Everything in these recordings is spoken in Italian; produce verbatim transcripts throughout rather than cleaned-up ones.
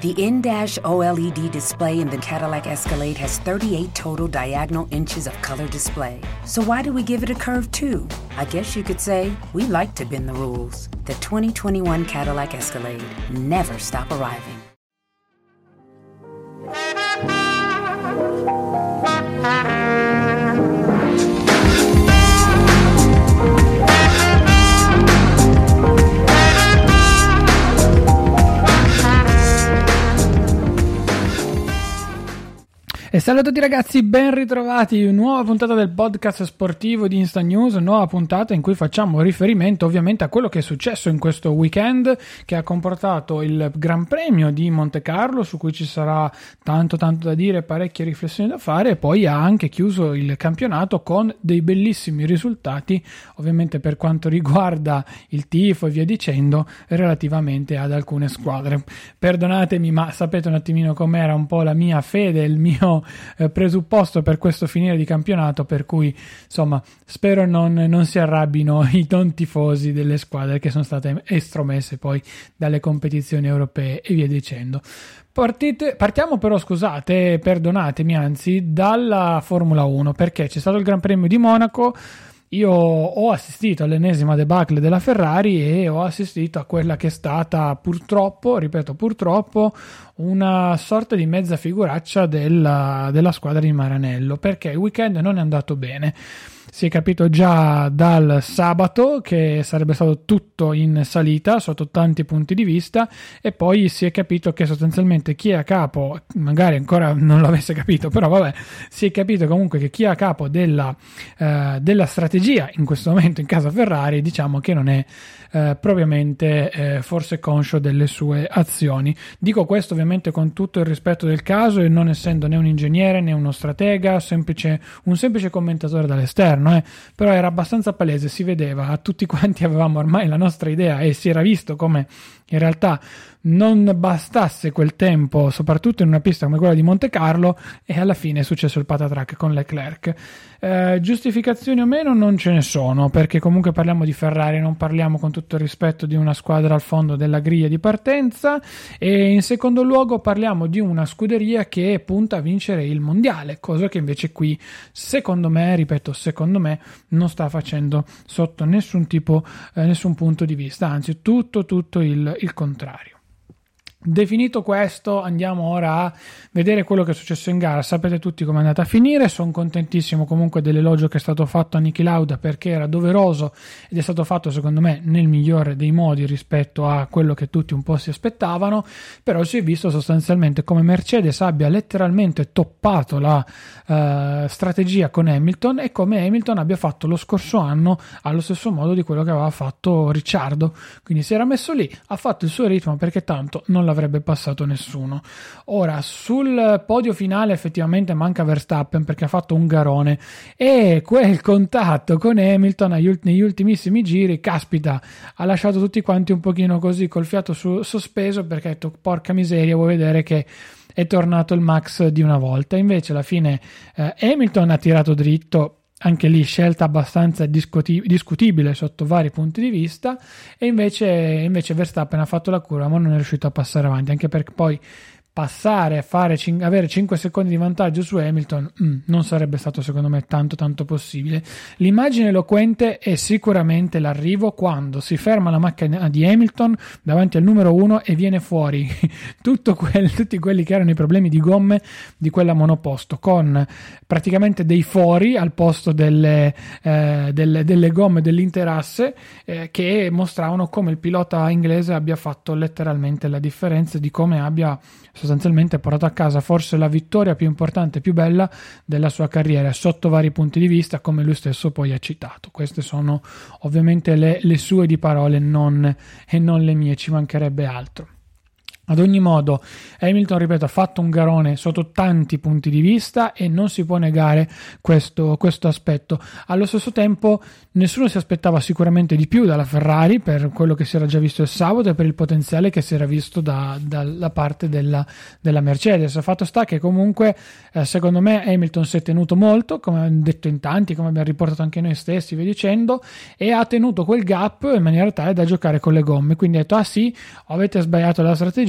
The in-dash O L E D display in the Cadillac Escalade has thirty-eight total diagonal inches of color display. So why do we give it a curve too? I guess you could say we like to bend the rules. The twenty twenty-one Cadillac Escalade. Never stop arriving. E salve a tutti ragazzi, ben ritrovati, nuova puntata del podcast sportivo di Instant News, nuova puntata in cui facciamo riferimento ovviamente a quello che è successo in questo weekend, che ha comportato il Gran Premio di Monte Carlo, su cui ci sarà tanto tanto da dire, parecchie riflessioni da fare, e poi ha anche chiuso il campionato con dei bellissimi risultati, ovviamente per quanto riguarda il tifo e via dicendo, relativamente ad alcune squadre. Perdonatemi, ma sapete un attimino com'era un po' la mia fede, il mio Eh, presupposto per questo finire di campionato, per cui insomma spero non, non si arrabbino i non tifosi delle squadre che sono state estromesse poi dalle competizioni europee e via dicendo. Partite, partiamo però, scusate, perdonatemi anzi, dalla Formula uno, perché c'è stato il Gran Premio di Monaco. Io ho assistito all'ennesima debacle della Ferrari e ho assistito a quella che è stata purtroppo, ripeto purtroppo, una sorta di mezza figuraccia della, della squadra di Maranello, perché il weekend non è andato bene. Si è capito già dal sabato che sarebbe stato tutto in salita sotto tanti punti di vista, e poi si è capito che sostanzialmente chi è a capo, magari ancora non l'avesse capito, però vabbè, si è capito comunque che chi è a capo della, eh, della strategia in questo momento in casa Ferrari, diciamo che non è eh, propriamente eh, forse conscio delle sue azioni. Dico questo ovviamente con tutto il rispetto del caso e non essendo né un ingegnere né uno stratega, semplice, un semplice commentatore dall'esterno. Eh, però era abbastanza palese, si vedeva, a tutti quanti avevamo ormai la nostra idea e si era visto come in realtà non bastasse quel tempo, soprattutto in una pista come quella di Monte Carlo, e alla fine è successo il patatrac con Leclerc. Eh, giustificazioni o meno non ce ne sono, perché comunque parliamo di Ferrari, non parliamo, con tutto il rispetto, di una squadra al fondo della griglia di partenza, e in secondo luogo parliamo di una scuderia che punta a vincere il mondiale, cosa che invece qui secondo me, ripeto secondo me, non sta facendo sotto nessun tipo, eh, nessun punto di vista, anzi tutto tutto il, il contrario. Definito questo, andiamo ora a vedere quello che è successo in gara. Sapete tutti come è andata a finire. Sono contentissimo comunque dell'elogio che è stato fatto a Niki Lauda, perché era doveroso ed è stato fatto secondo me nel migliore dei modi rispetto a quello che tutti un po' si aspettavano. Però si è visto sostanzialmente come Mercedes abbia letteralmente toppato la uh, strategia con Hamilton, e come Hamilton abbia fatto lo scorso anno allo stesso modo di quello che aveva fatto Ricciardo. Quindi si era messo lì, ha fatto il suo ritmo, perché tanto non l'avrebbe passato nessuno. Ora sul podio finale effettivamente manca Verstappen, perché ha fatto un garone, e quel contatto con Hamilton negli ultimissimi giri, caspita, ha lasciato tutti quanti un pochino così col fiato su, sospeso, perché ha detto porca miseria, vuoi vedere che è tornato il Max di una volta. Invece alla fine eh, Hamilton ha tirato dritto, anche lì scelta abbastanza discuti- discutibile sotto vari punti di vista, e invece, invece Verstappen ha fatto la curva ma non è riuscito a passare avanti, anche perché poi passare, fare, avere cinque secondi di vantaggio su Hamilton mm, non sarebbe stato secondo me tanto tanto possibile. L'immagine eloquente è sicuramente l'arrivo quando si ferma la macchina di Hamilton davanti al numero uno e viene fuori tutto quel, tutti quelli che erano i problemi di gomme di quella monoposto, con praticamente dei fori al posto delle, eh, delle, delle gomme dell'interasse, eh, che mostravano come il pilota inglese abbia fatto letteralmente la differenza, di come abbia sostanzialmente portato a casa forse la vittoria più importante e più bella della sua carriera sotto vari punti di vista, come lui stesso poi ha citato. Queste sono ovviamente le, le sue di parole, non, e non le mie, ci mancherebbe altro. Ad ogni modo, Hamilton, ripeto, ha fatto un garone sotto tanti punti di vista e non si può negare questo, questo aspetto. Allo stesso tempo nessuno si aspettava sicuramente di più dalla Ferrari, per quello che si era già visto il sabato e per il potenziale che si era visto da, dalla parte della, della Mercedes. Fatto sta che comunque eh, secondo me Hamilton si è tenuto molto, come hanno detto in tanti, come abbiamo riportato anche noi stessi, via dicendo, e ha tenuto quel gap in maniera tale da giocare con le gomme. Quindi ha detto: ah sì, avete sbagliato la strategia,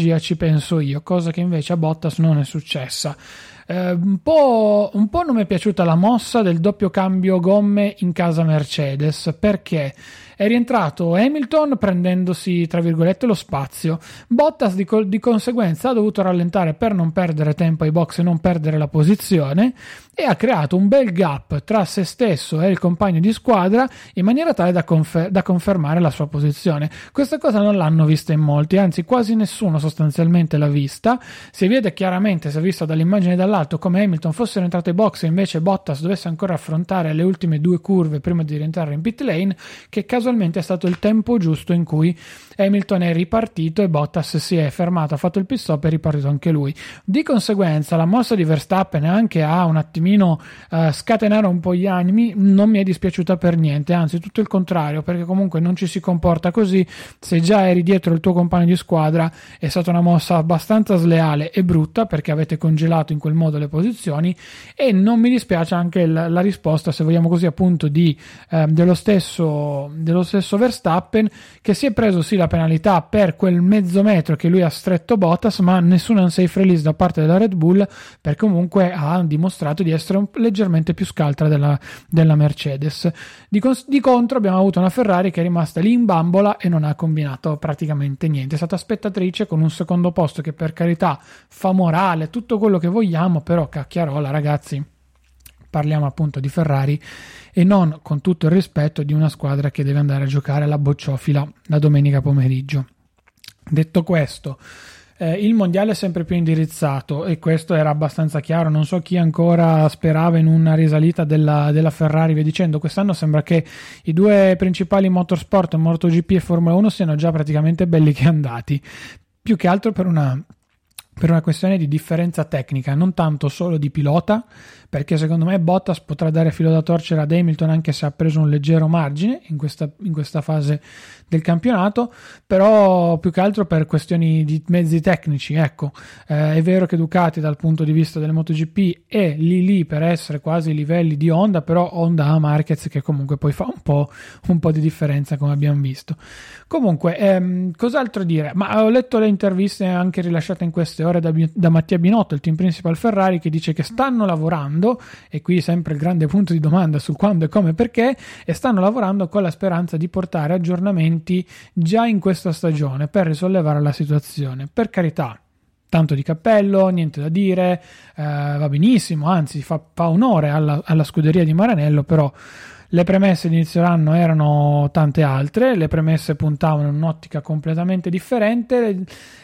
strategia ci penso io, cosa che invece a Bottas non è successa. Eh, un po', un po' non mi è piaciuta la mossa del doppio cambio gomme in casa Mercedes, perché è rientrato Hamilton prendendosi tra virgolette lo spazio. Bottas di, co- di conseguenza ha dovuto rallentare per non perdere tempo ai box e non perdere la posizione, e ha creato un bel gap tra se stesso e il compagno di squadra in maniera tale da, confer- da confermare la sua posizione. Questa cosa non l'hanno vista in molti, anzi quasi nessuno sostanzialmente l'ha vista. Si vede chiaramente, si è visto dall'immagine dall'alto, come Hamilton fosse entrato ai box e invece Bottas dovesse ancora affrontare le ultime due curve prima di rientrare in pit lane, che casualmente è stato il tempo giusto in cui Hamilton è ripartito e Bottas si è fermato, ha fatto il pit stop e è ripartito anche lui. Di conseguenza la mossa di Verstappen anche a un attimino uh, scatenare un po' gli animi non mi è dispiaciuta per niente, anzi tutto il contrario, perché comunque non ci si comporta così. Se già eri dietro il tuo compagno di squadra è stata una mossa abbastanza sleale e brutta, perché avete congelato in quel modo le posizioni, e non mi dispiace anche la, la risposta, se vogliamo così, appunto di eh, dello stesso dello stesso Verstappen, che si è preso sì la penalità per quel mezzo metro che lui ha stretto Bottas, ma nessun unsafe release da parte della Red Bull, perché comunque ha dimostrato di essere un, leggermente più scaltra della, della Mercedes. Di, cons- di contro abbiamo avuto una Ferrari che è rimasta lì in bambola e non ha combinato praticamente niente, è stata spettatrice con un secondo posto che, per carità, fa morale, tutto quello che vogliamo, però cacchiarola, ragazzi, parliamo appunto di Ferrari e non, con tutto il rispetto, di una squadra che deve andare a giocare alla bocciofila la domenica pomeriggio. Detto questo, eh, il mondiale è sempre più indirizzato, e questo era abbastanza chiaro. Non so chi ancora sperava in una risalita della, della Ferrari, via dicendo. Quest'anno sembra che i due principali motorsport, MotoGP e Formula uno, siano già praticamente belli che andati, più che altro per una per una questione di differenza tecnica, non tanto solo di pilota, perché secondo me Bottas potrà dare filo da torcere ad Hamilton, anche se ha preso un leggero margine in questa, in questa fase del campionato, però più che altro per questioni di mezzi tecnici. Ecco, eh, è vero che Ducati dal punto di vista delle MotoGP è lì lì per essere quasi ai livelli di Honda, però Honda ha Marquez che comunque poi fa un po', un po' di differenza, come abbiamo visto. Comunque, ehm, cos'altro dire? Ma ho letto le interviste anche rilasciate in queste ore da, da Mattia Binotto, il team principal Ferrari, che dice che stanno lavorando, e qui sempre il grande punto di domanda su quando e come e perché, e stanno lavorando con la speranza di portare aggiornamenti già in questa stagione per risollevare la situazione. Per carità, tanto di cappello, niente da dire, eh, va benissimo, anzi fa, fa onore alla, alla scuderia di Maranello, però le premesse di inizio anno erano tante altre, le premesse puntavano in un'ottica completamente differente,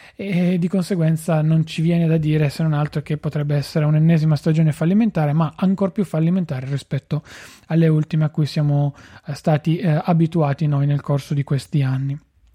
e di conseguenza non ci viene da dire se non altro che potrebbe essere un'ennesima stagione fallimentare, ma ancor più fallimentare rispetto alle ultime a cui siamo stati eh, abituati noi nel corso di questi anni.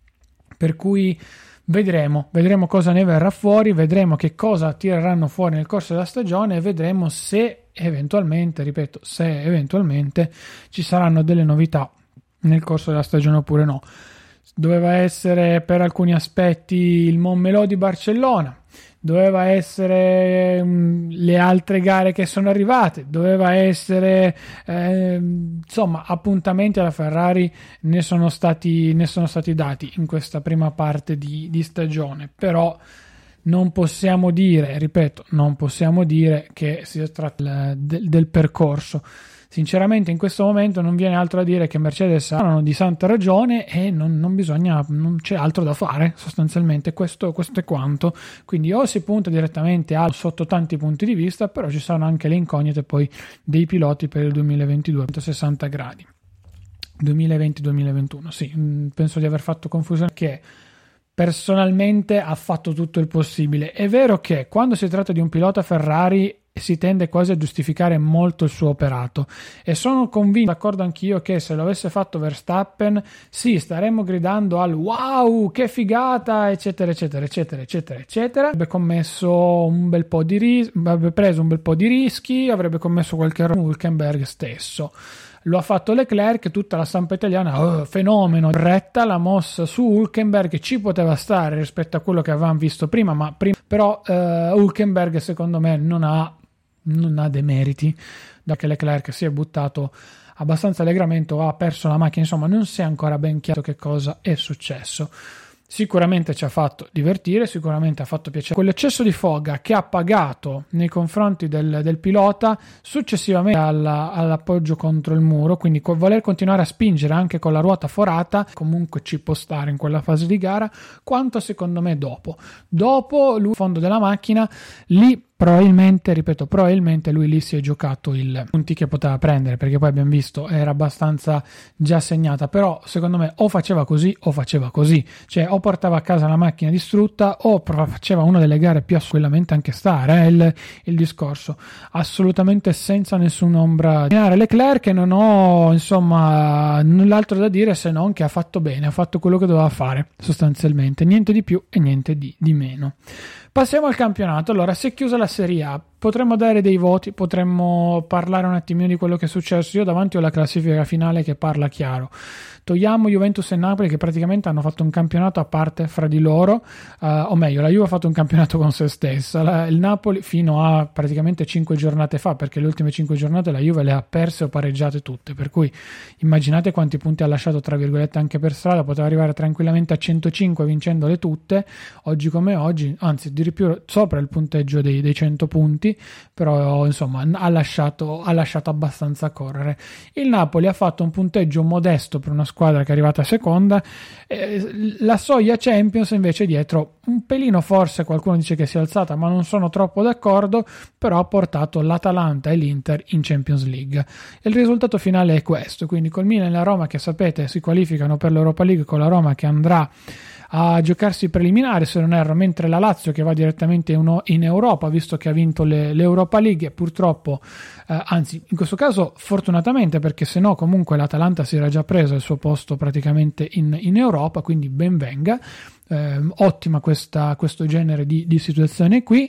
Per cui vedremo, vedremo cosa ne verrà fuori, vedremo che cosa tireranno fuori nel corso della stagione, e vedremo se eventualmente, ripeto, se eventualmente ci saranno delle novità nel corso della stagione oppure no. Doveva essere per alcuni aspetti il Montmelò di Barcellona, doveva essere um, le altre gare che sono arrivate, doveva essere eh, insomma appuntamenti alla Ferrari ne sono stati, ne sono stati dati in questa prima parte di, di stagione, però non possiamo dire, ripeto, non possiamo dire che si tratta del, del percorso. Sinceramente in questo momento non viene altro da dire che Mercedes hanno di santa ragione e non, non bisogna, non c'è altro da fare, sostanzialmente questo, questo è quanto. Quindi o si punta direttamente a sotto tanti punti di vista, però ci sono anche le incognite poi dei piloti per il duemilaventidue a centosessanta gradi. duemilaventi duemilaventuno, sì, penso di aver fatto confusione, che personalmente ha fatto tutto il possibile. È vero che quando si tratta di un pilota Ferrari si tende quasi a giustificare molto il suo operato, e sono convinto, d'accordo anch'io, che se lo avesse fatto Verstappen sì, staremmo gridando al wow, che figata, eccetera eccetera eccetera eccetera eccetera, avrebbe commesso un bel po' di ris- avrebbe preso un bel po' di rischi, avrebbe commesso qualche errore. Hülkenberg stesso lo ha fatto Leclerc, tutta la stampa italiana oh, fenomeno, retta la mossa su Hülkenberg, ci poteva stare rispetto a quello che avevamo visto prima, ma prima però uh, Hülkenberg secondo me non ha non ha demeriti, da che Leclerc si è buttato abbastanza allegramente o ha perso la macchina, insomma non si è ancora ben chiaro che cosa è successo. sicuramente ci ha fatto divertire, sicuramente ha fatto piacere. Quell'eccesso di foga che ha pagato nei confronti del, del pilota successivamente alla, all'appoggio contro il muro, quindi col voler continuare a spingere anche con la ruota forata, comunque ci può stare in quella fase di gara, quanto secondo me dopo. Dopo lui, fondo della macchina, lì probabilmente, ripeto, probabilmente lui lì si è giocato il punti che poteva prendere, perché poi abbiamo visto era abbastanza già segnata, però secondo me o faceva così o faceva così, cioè o portava a casa la macchina distrutta o faceva una delle gare più assolutamente anche stare, eh, il, il discorso assolutamente senza nessun'ombra di Leclerc, che non ho insomma null'altro da dire se non che ha fatto bene, ha fatto quello che doveva fare sostanzialmente, niente di più e niente di, di meno. Passiamo al campionato. Allora, si è chiusa la Serie A, potremmo dare dei voti, potremmo parlare un attimino di quello che è successo. Io davanti ho la classifica finale che parla chiaro. Togliamo Juventus e Napoli, che praticamente hanno fatto un campionato a parte fra di loro, uh, o meglio, la Juve ha fatto un campionato con se stessa, la, il Napoli fino a praticamente cinque giornate fa, perché le ultime cinque giornate la Juve le ha perse o pareggiate tutte, per cui immaginate quanti punti ha lasciato tra virgolette anche per strada, poteva arrivare tranquillamente a centocinque vincendole tutte, oggi come oggi, anzi di più sopra il punteggio dei, dei cento punti, però insomma ha lasciato, ha lasciato abbastanza correre. Il Napoli ha fatto un punteggio modesto per una squadra che è arrivata seconda, eh, la soglia Champions invece dietro un pelino, forse qualcuno dice che si è alzata, ma non sono troppo d'accordo, però ha portato l'Atalanta e l'Inter in Champions League. Il risultato finale è questo, quindi col Milan e la Roma che sapete si qualificano per l'Europa League, con la Roma che andrà a giocarsi preliminare se non erro, mentre la Lazio che va direttamente in, in Europa, visto che ha vinto le, l'Europa League, e purtroppo eh, anzi in questo caso fortunatamente, perché se no comunque l'Atalanta si era già presa il suo posto praticamente in, in Europa, quindi ben venga. Eh, ottima questa, questo genere di, di situazione qui,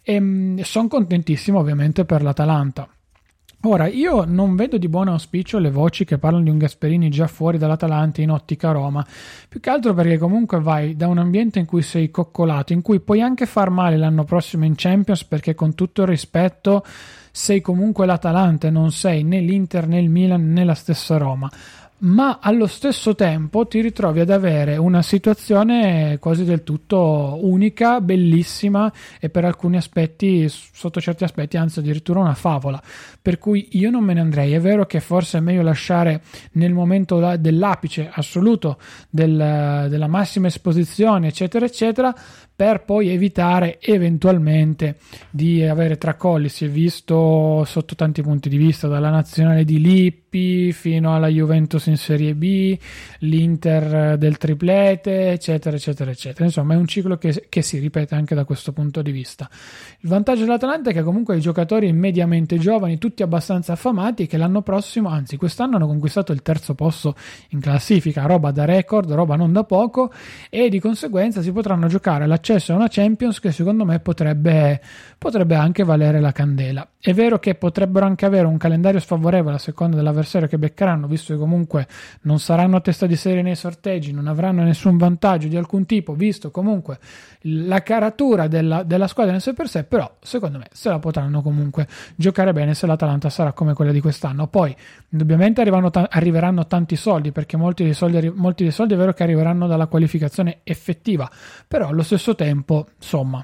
e sono contentissimo ovviamente per l'Atalanta. Ora, io non vedo di buon auspicio le voci che parlano di un Gasperini già fuori dall'Atalanta in ottica Roma, più che altro perché comunque vai da un ambiente in cui sei coccolato, in cui puoi anche far male l'anno prossimo in Champions, perché con tutto il rispetto sei comunque l'Atalanta e non sei né l'Inter né il Milan né la stessa Roma, ma allo stesso tempo ti ritrovi ad avere una situazione quasi del tutto unica, bellissima e per alcuni aspetti, sotto certi aspetti, anzi addirittura una favola, per cui io non me ne andrei. È vero che forse è meglio lasciare nel momento dell'apice assoluto del, della massima esposizione eccetera eccetera, per poi evitare eventualmente di avere tracolli. Si è visto sotto tanti punti di vista, dalla nazionale di Lippi fino alla Juventus in Serie B, l'Inter del triplete eccetera eccetera eccetera, insomma è un ciclo che, che si ripete anche da questo punto di vista. Il vantaggio dell'Atalanta è che comunque i giocatori mediamente giovani, tutti abbastanza affamati, che l'anno prossimo, anzi quest'anno, hanno conquistato il terzo posto in classifica, roba da record, roba non da poco, e di conseguenza si potranno giocare l'accesso a una Champions che secondo me potrebbe, potrebbe anche valere la candela. È vero che potrebbero anche avere un calendario sfavorevole a seconda dell'avversario che beccheranno, visto che comunque non saranno a testa di serie nei sorteggi, non avranno nessun vantaggio di alcun tipo, visto comunque la caratura della, della squadra in sé per sé, però secondo me se la potranno comunque giocare bene se l'Atalanta sarà come quella di quest'anno. Poi indubbiamente ta- arriveranno tanti soldi, perché molti dei soldi, molti dei soldi è vero che arriveranno dalla qualificazione effettiva, però allo stesso tempo insomma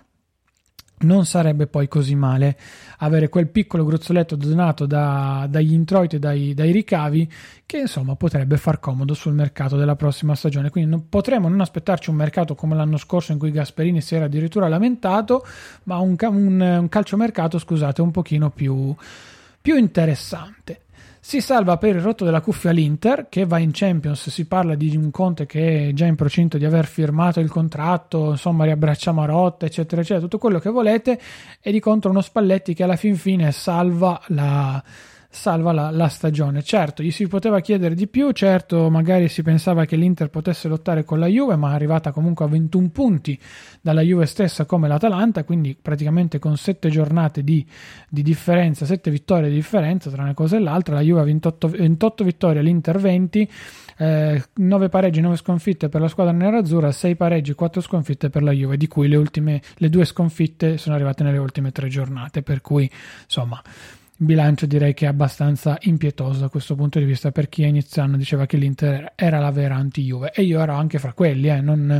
non sarebbe poi così male avere quel piccolo gruzzoletto donato da, dagli introiti e dai, dai ricavi, che insomma potrebbe far comodo sul mercato della prossima stagione. Quindi non, potremo non aspettarci un mercato come l'anno scorso in cui Gasperini si era addirittura lamentato, ma un, un, un calciomercato, scusate, un pochino più, più interessante. Si salva per il rotto della cuffia l'Inter, che va in Champions. Si parla di un Conte che è già in procinto di aver firmato il contratto, insomma riabbraccia Marotta eccetera eccetera, tutto quello che volete, e di contro uno Spalletti che alla fin fine salva la salva la, la stagione. Certo, gli si poteva chiedere di più, certo magari si pensava che l'Inter potesse lottare con la Juve, ma è arrivata comunque a ventuno punti dalla Juve stessa come l'Atalanta, quindi praticamente con sette giornate di, di differenza, sette vittorie di differenza tra una cosa e l'altra. La Juve ha ventotto, ventotto vittorie, l'Inter venti, eh, nove pareggi, nove sconfitte per la squadra nerazzurra, sei pareggi, quattro sconfitte per la Juve, di cui le ultime le due sconfitte sono arrivate nelle ultime tre giornate, per cui insomma il bilancio direi che è abbastanza impietoso da questo punto di vista, per chi a inizio anno diceva che l'Inter era la vera anti-Juve, e io ero anche fra quelli, eh, non,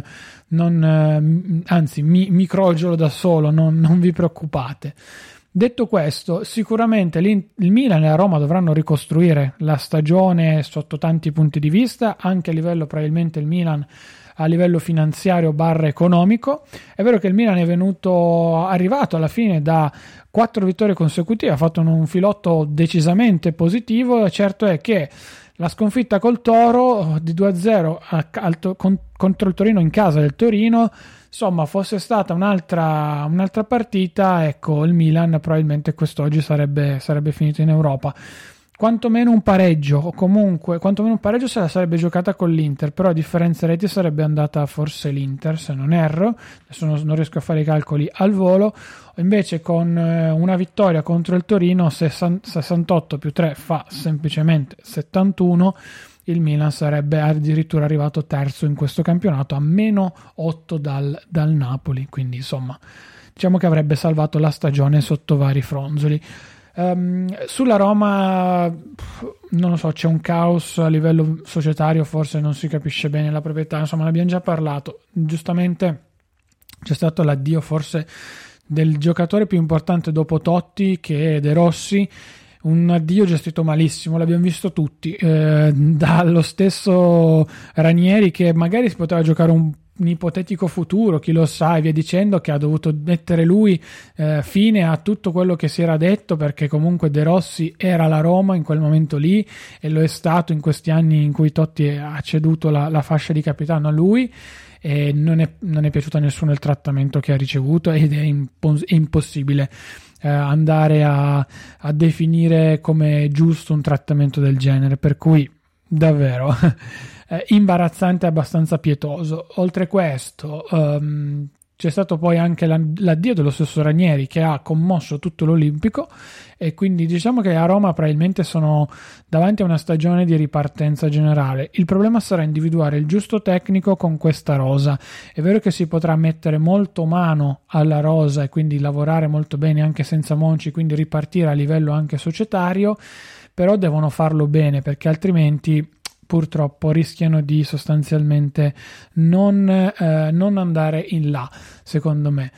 non, anzi mi, mi crogiolo da solo, non, non vi preoccupate. Detto questo, sicuramente il Milan e la Roma dovranno ricostruire la stagione sotto tanti punti di vista, anche a livello, probabilmente il Milan a livello finanziario barra economico. È vero che il Milan è venuto arrivato alla fine da quattro vittorie consecutive, ha fatto un filotto decisamente positivo. Certo è che la sconfitta col Toro di due a zero a, al, con, contro il Torino in casa del Torino, insomma, fosse stata un'altra, un'altra partita, ecco, il Milan probabilmente quest'oggi sarebbe, sarebbe finito in Europa. Quantomeno un pareggio, o comunque quantomeno un pareggio se la sarebbe giocata con l'Inter, però a differenza reti sarebbe andata forse l'Inter, se non erro, adesso non, non riesco a fare i calcoli al volo. Invece con eh, una vittoria contro il Torino, sessantotto più tre fa semplicemente settantuno, il Milan sarebbe addirittura arrivato terzo in questo campionato, a meno otto dal, dal Napoli, quindi insomma diciamo che avrebbe salvato la stagione sotto vari fronzoli. Um, sulla Roma non lo so, c'è un caos a livello societario, forse non si capisce bene la proprietà, insomma ne abbiamo già parlato. Giustamente c'è stato l'addio forse del giocatore più importante dopo Totti, che è De Rossi, un addio gestito malissimo, l'abbiamo visto tutti, eh, dallo stesso Ranieri, che magari si poteva giocare un un ipotetico futuro, chi lo sa, e via dicendo, che ha dovuto mettere lui eh, fine a tutto quello che si era detto, perché comunque De Rossi era la Roma in quel momento lì e lo è stato in questi anni in cui Totti ha ceduto la, la fascia di capitano a lui, e non è, non è piaciuto a nessuno il trattamento che ha ricevuto, ed è, impos- è impossibile eh, andare a, a definire come giusto un trattamento del genere, per cui davvero Eh, imbarazzante e abbastanza pietoso. Oltre questo um, c'è stato poi anche la, l'addio dello stesso Ranieri, che ha commosso tutto l'Olimpico, e quindi diciamo che a Roma probabilmente sono davanti a una stagione di ripartenza generale. Il problema sarà individuare il giusto tecnico con questa rosa. È vero che si potrà mettere molto mano alla rosa e quindi lavorare molto bene anche senza Monchi, quindi ripartire a livello anche societario, però devono farlo bene, perché altrimenti purtroppo rischiano di sostanzialmente non, eh, non andare in là, secondo me.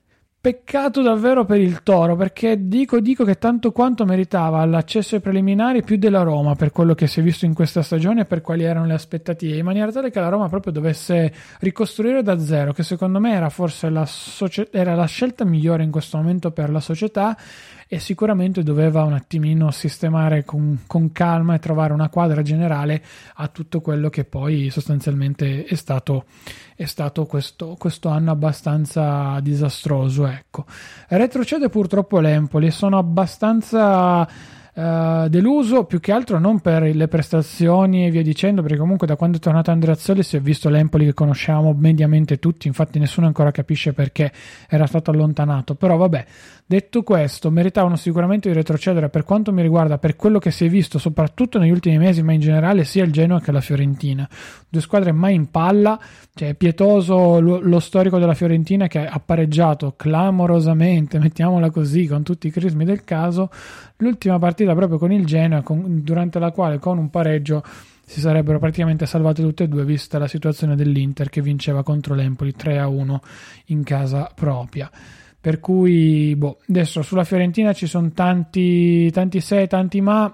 Peccato davvero per il Toro, perché dico dico che tanto quanto meritava l'accesso ai preliminari più della Roma, per quello che si è visto in questa stagione e per quali erano le aspettative, in maniera tale che la Roma proprio dovesse ricostruire da zero, che secondo me era forse la, socie- era la scelta migliore in questo momento per la società, e sicuramente doveva un attimino sistemare con, con calma e trovare una quadra generale a tutto quello che poi sostanzialmente è stato, è stato questo, questo anno abbastanza disastroso, ecco. Retrocede purtroppo l'Empoli e sono abbastanza Uh, deluso, più che altro non per le prestazioni e via dicendo, perché comunque da quando è tornato Andreazzoli si è visto l'Empoli che conosciamo mediamente tutti, infatti nessuno ancora capisce perché era stato allontanato, però vabbè, detto questo, meritavano sicuramente di retrocedere. Per quanto mi riguarda, per quello che si è visto soprattutto negli ultimi mesi, ma in generale sia il Genoa che la Fiorentina, due squadre mai in palla, cioè è pietoso lo, lo storico della Fiorentina, che ha pareggiato clamorosamente, mettiamola così, con tutti i crismi del caso, l'ultima partita proprio con il Genoa, con, durante la quale con un pareggio si sarebbero praticamente salvate tutte e due, vista la situazione dell'Inter che vinceva contro l'Empoli tre a uno in casa propria. Per cui boh, adesso sulla Fiorentina ci sono tanti tanti se, tanti ma,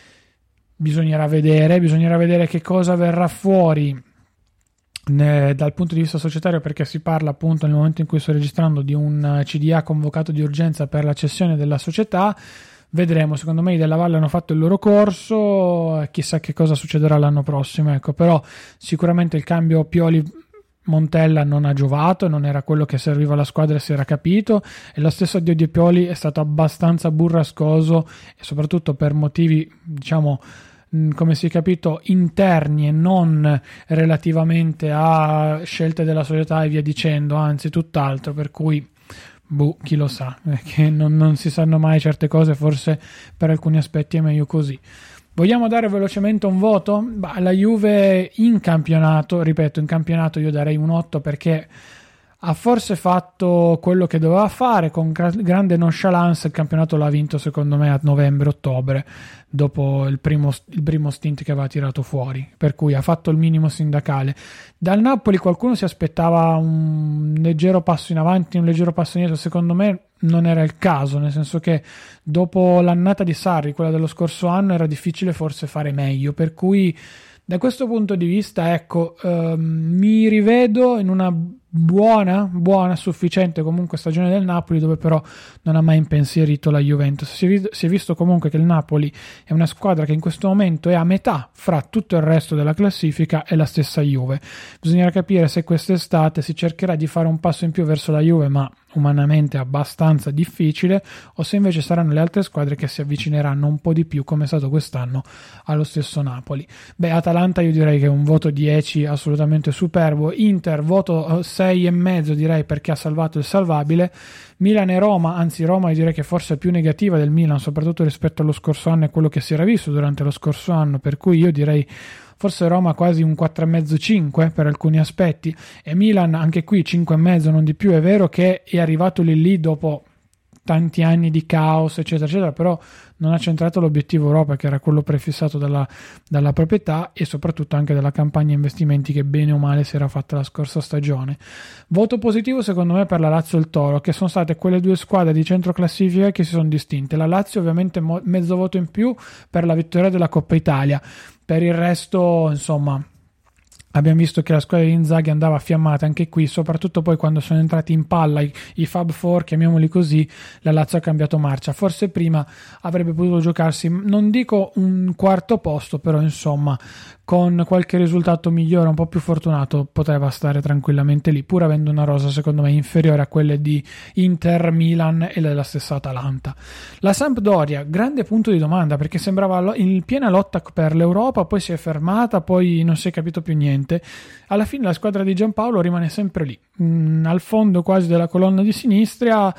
bisognerà vedere bisognerà vedere che cosa verrà fuori ne, dal punto di vista societario, perché si parla appunto nel momento in cui sto registrando di un C D A convocato di urgenza per la cessione della società. Vedremo, secondo me i Della Valle hanno fatto il loro corso, chissà che cosa succederà l'anno prossimo, ecco. Però sicuramente il cambio Pioli-Montella non ha giovato, non era quello che serviva alla squadra, si era capito, e lo stesso addio di Pioli è stato abbastanza burrascoso, e soprattutto per motivi, diciamo, come si è capito, interni e non relativamente a scelte della società e via dicendo, anzi tutt'altro, per cui boh, chi lo sa, che non, non si sanno mai certe cose, forse per alcuni aspetti è meglio così. Vogliamo dare velocemente un voto? Bah, la Juve in campionato, ripeto, in campionato io darei un otto, perché ha forse fatto quello che doveva fare con grande nonchalance. Il campionato l'ha vinto secondo me a novembre-ottobre, dopo il primo, il primo stint che aveva tirato fuori, per cui ha fatto il minimo sindacale. Dal Napoli qualcuno si aspettava un leggero passo in avanti, un leggero passo indietro. Secondo me non era il caso, nel senso che dopo l'annata di Sarri, quella dello scorso anno, era difficile forse fare meglio, per cui da questo punto di vista, ecco, ehm, mi rivedo in una buona, buona, sufficiente comunque stagione del Napoli, dove però non ha mai impensierito la Juventus. Si è, visto, si è visto comunque che il Napoli è una squadra che in questo momento è a metà fra tutto il resto della classifica e la stessa Juve. Bisognerà capire se quest'estate si cercherà di fare un passo in più verso la Juve, ma umanamente abbastanza difficile, o se invece saranno le altre squadre che si avvicineranno un po' di più, come è stato quest'anno, allo stesso Napoli. Beh, Atalanta io direi che è un voto dieci assolutamente superbo. Inter voto sei e mezzo, direi, perché ha salvato il salvabile. Milan e Roma, anzi Roma io direi che forse è più negativa del Milan, soprattutto rispetto allo scorso anno e quello che si era visto durante lo scorso anno, per cui io direi forse Roma quasi un quattro e mezzo cinque per alcuni aspetti, e Milan anche qui cinque e mezzo, non di più. È vero che è arrivato lì lì dopo tanti anni di caos eccetera eccetera, però non ha centrato l'obiettivo Europa, che era quello prefissato dalla, dalla proprietà e soprattutto anche dalla campagna investimenti che bene o male si era fatta la scorsa stagione. Voto positivo secondo me per la Lazio e il Toro, che sono state quelle due squadre di centro classifica che si sono distinte. La Lazio ovviamente mo- mezzo voto in più per la vittoria della Coppa Italia. Per il resto, insomma, abbiamo visto che la squadra di Inzaghi andava fiammata anche qui, soprattutto poi quando sono entrati in palla i, i Fab Four, chiamiamoli così. La Lazio ha cambiato marcia. Forse prima avrebbe potuto giocarsi, non dico un quarto posto, però insomma con qualche risultato migliore, un po' più fortunato, poteva stare tranquillamente lì, pur avendo una rosa secondo me inferiore a quelle di Inter, Milan e della stessa Atalanta. La Sampdoria, grande punto di domanda, perché sembrava in piena lotta per l'Europa, poi si è fermata, poi non si è capito più niente. Alla fine la squadra di Giampaolo rimane sempre lì, mh, al fondo quasi della colonna di sinistra,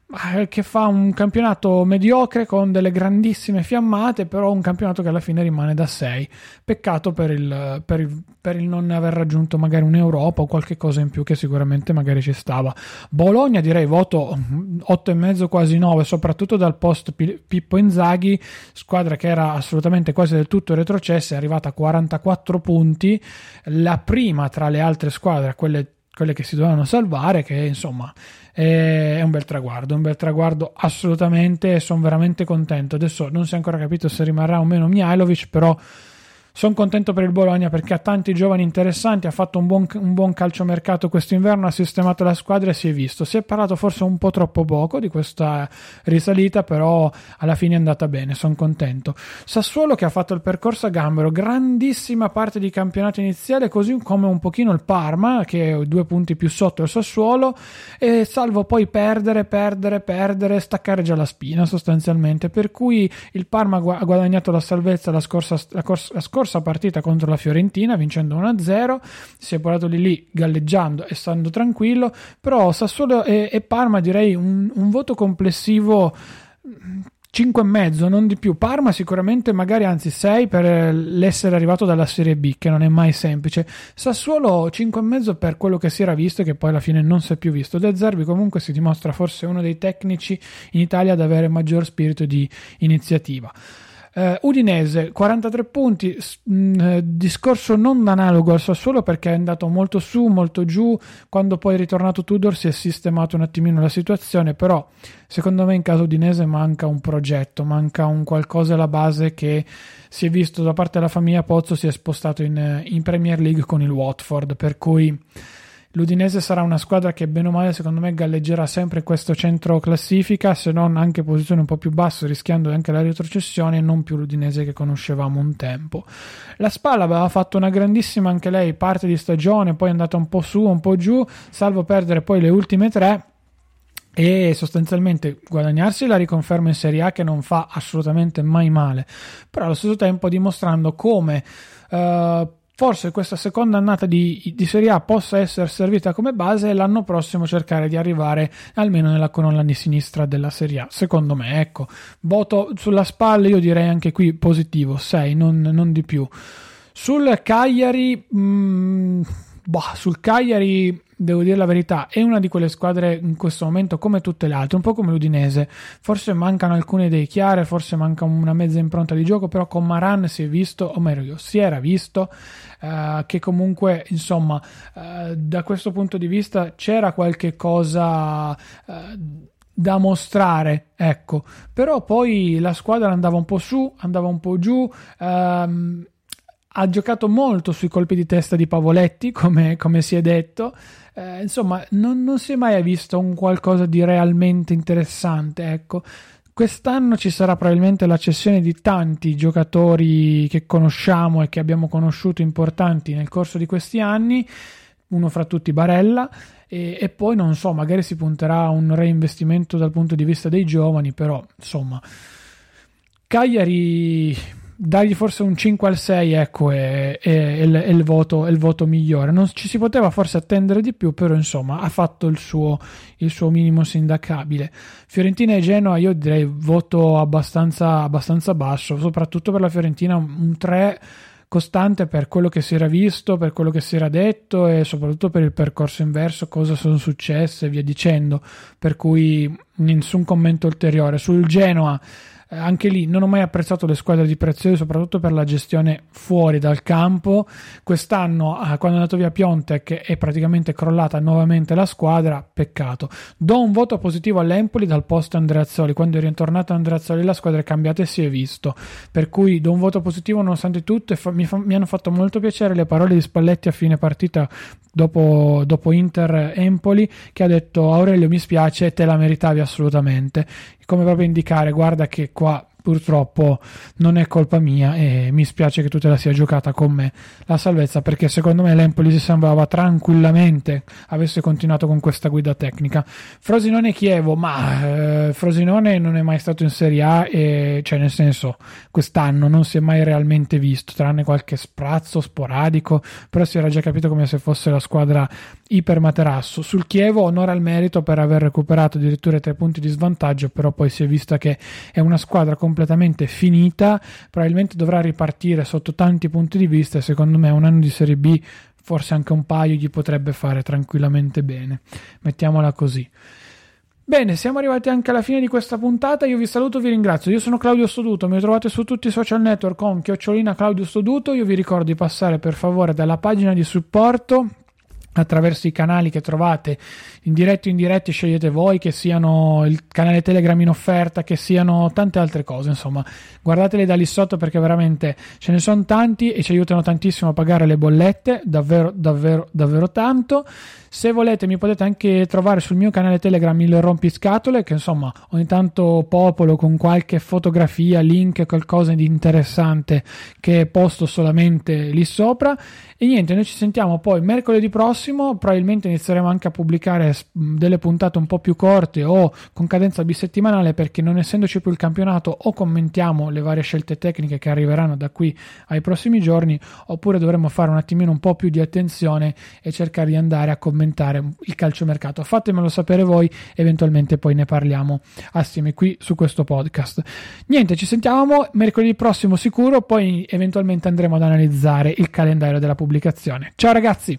che fa un campionato mediocre con delle grandissime fiammate, però un campionato che alla fine rimane da sei. Peccato per il, per il, per il non aver raggiunto magari un'Europa o qualche cosa in più, che sicuramente magari ci stava. Bologna direi voto otto e mezzo, quasi nove, soprattutto dal post Pippo Inzaghi, squadra che era assolutamente quasi del tutto retrocessa, è arrivata a quarantaquattro punti, la prima tra le altre squadre, quelle quelle che si dovevano salvare, che insomma è un bel traguardo, un bel traguardo assolutamente. Sono veramente contento. Adesso non si è ancora capito se rimarrà o meno Mihajlovic, però sono contento per il Bologna perché ha tanti giovani interessanti, ha fatto un buon, un buon calciomercato quest'inverno, ha sistemato la squadra e si è visto. Si è parlato forse un po' troppo poco di questa risalita, però alla fine è andata bene, sono contento. Sassuolo che ha fatto il percorso a gambero, grandissima parte di campionato iniziale, così come un pochino il Parma, che è due punti più sotto il Sassuolo, e salvo poi perdere, perdere, perdere, staccare già la spina sostanzialmente, per cui il Parma ha guadagnato la salvezza la scorsa, la corsa, la scorsa partita contro la Fiorentina, vincendo uno a zero, si è portato lì lì galleggiando e stando tranquillo. Però Sassuolo e, e Parma direi un, un voto complessivo cinque e mezzo, non di più. Parma sicuramente, magari anzi sei, per l'essere arrivato dalla Serie B, che non è mai semplice. Sassuolo cinque e mezzo per quello che si era visto e che poi alla fine non si è più visto. De Zerbi comunque si dimostra forse uno dei tecnici in Italia ad avere maggior spirito di iniziativa. Uh, Udinese quarantatré punti, mh, discorso non analogo al Sassuolo perché è andato molto su molto giù. Quando poi è ritornato Tudor si è sistemato un attimino la situazione, però secondo me in caso Udinese manca un progetto, manca un qualcosa alla base, che si è visto da parte della famiglia Pozzo. Si è spostato in, in Premier League con il Watford, per cui l'Udinese sarà una squadra che bene o male secondo me galleggerà sempre in questo centro classifica, se non anche posizioni un po' più basse, rischiando anche la retrocessione, e non più l'Udinese che conoscevamo un tempo. La Spal aveva fatto una grandissima anche lei parte di stagione, poi è andata un po' su un po' giù, salvo perdere poi le ultime tre e sostanzialmente guadagnarsi la riconferma in Serie A, che non fa assolutamente mai male, però allo stesso tempo dimostrando come uh, forse questa seconda annata di, di Serie A possa essere servita come base, e l'anno prossimo cercare di arrivare almeno nella colonna di sinistra della Serie A, secondo me. Ecco, voto sulla Spal, io direi anche qui positivo, sei, non, non di più. Sul Cagliari mh, boh, sul Cagliari devo dire la verità, è una di quelle squadre in questo momento come tutte le altre, un po' come l'Udinese, forse mancano alcune idee chiare, forse manca una mezza impronta di gioco, però con Maran si è visto, o meglio si era visto uh, che comunque insomma uh, da questo punto di vista c'era qualche cosa uh, da mostrare, ecco, però poi la squadra andava un po' su, andava un po' giù, um, ha giocato molto sui colpi di testa di Pavoletti, come, come si è detto, eh, insomma non, non si è mai visto un qualcosa di realmente interessante, ecco. Quest'anno ci sarà probabilmente la cessione di tanti giocatori che conosciamo e che abbiamo conosciuto importanti nel corso di questi anni, uno fra tutti Barella, e, e poi non so, magari si punterà a un reinvestimento dal punto di vista dei giovani, però insomma Cagliari dargli forse un cinque al sei, ecco, è, è, è, il, è, il voto, è il voto migliore. Non ci si poteva forse attendere di più, però insomma ha fatto il suo, il suo minimo sindacabile. Fiorentina e Genoa io direi voto abbastanza, abbastanza basso, soprattutto per la Fiorentina un tre costante per quello che si era visto, per quello che si era detto e soprattutto per il percorso inverso, cosa sono successe e via dicendo, per cui nessun commento ulteriore. Sul Genoa anche lì non ho mai apprezzato le squadre di Preziosi, soprattutto per la gestione fuori dal campo. Quest'anno quando è andato via Piontek è praticamente crollata nuovamente la squadra, peccato. Do un voto positivo all'Empoli dal posto Andreazzoli, quando è ritornato Andreazzoli la squadra è cambiata e si è visto, per cui do un voto positivo nonostante tutto, e fa, mi, fa, mi hanno fatto molto piacere le parole di Spalletti a fine partita dopo, dopo Inter-Empoli, che ha detto: Aurelio, mi spiace, te la meritavi assolutamente, come proprio indicare guarda che qua purtroppo non è colpa mia e mi spiace che tu te la sia giocata con me la salvezza, perché secondo me l'Empoli si sembrava tranquillamente avesse continuato con questa guida tecnica. Frosinone Chievo, ma eh, Frosinone non è mai stato in Serie A, e cioè nel senso quest'anno non si è mai realmente visto, tranne qualche sprazzo sporadico, però si era già capito come se fosse la squadra iper materasso. Sul Chievo onore al merito per aver recuperato addirittura tre punti di svantaggio, però poi si è vista che è una squadra completamente finita, probabilmente dovrà ripartire sotto tanti punti di vista, e secondo me un anno di Serie B, forse anche un paio, gli potrebbe fare tranquillamente bene, mettiamola così. Bene, siamo arrivati anche alla fine di questa puntata, io vi saluto, vi ringrazio, io sono Claudio Stoduto, mi trovate su tutti i social network con chiocciolina Claudio Stoduto. Io vi ricordo di passare per favore dalla pagina di supporto attraverso i canali che trovate in diretto o indiretti, scegliete voi, che siano il canale Telegram in offerta, che siano tante altre cose, insomma guardateli da lì sotto perché veramente ce ne sono tanti e ci aiutano tantissimo a pagare le bollette, davvero davvero davvero tanto. Se volete mi potete anche trovare sul mio canale Telegram il rompiscatole, che insomma ogni tanto popolo con qualche fotografia, link, qualcosa di interessante che posto solamente lì sopra. E niente, noi ci sentiamo poi mercoledì prossimo, probabilmente inizieremo anche a pubblicare delle puntate un po' più corte o con cadenza bisettimanale, perché non essendoci più il campionato o commentiamo le varie scelte tecniche che arriveranno da qui ai prossimi giorni, oppure dovremo fare un attimino un po' più di attenzione e cercare di andare a commentare il calciomercato. Fatemelo sapere voi, eventualmente poi ne parliamo assieme qui su questo podcast. Niente, ci sentiamo mercoledì prossimo sicuro, poi eventualmente andremo ad analizzare il calendario della pubblicazione. Ciao ragazzi!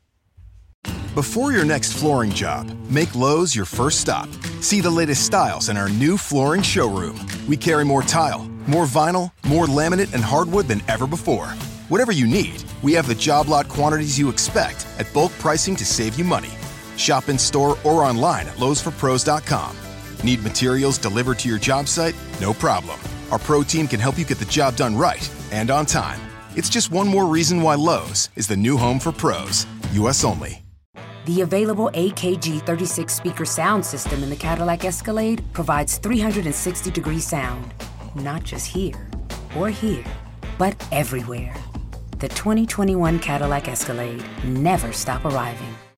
Before your next flooring job, make Lowe's your first stop. See the latest styles in our new flooring showroom. We carry more tile, more vinyl, more laminate and hardwood than ever before. Whatever you need, we have the job lot quantities you expect at bulk pricing to save you money. Shop in store or online at Lowe's for Pros dot com. Need materials delivered to your job site? No problem. Our pro team can help you get the job done right and on time. It's just one more reason why Lowe's is the new home for pros. U S only. The available A K G thirty-six speaker sound system in the Cadillac Escalade provides three hundred sixty degree sound, not just here or here, but everywhere. The twenty twenty-one Cadillac Escalade. Never stop arriving.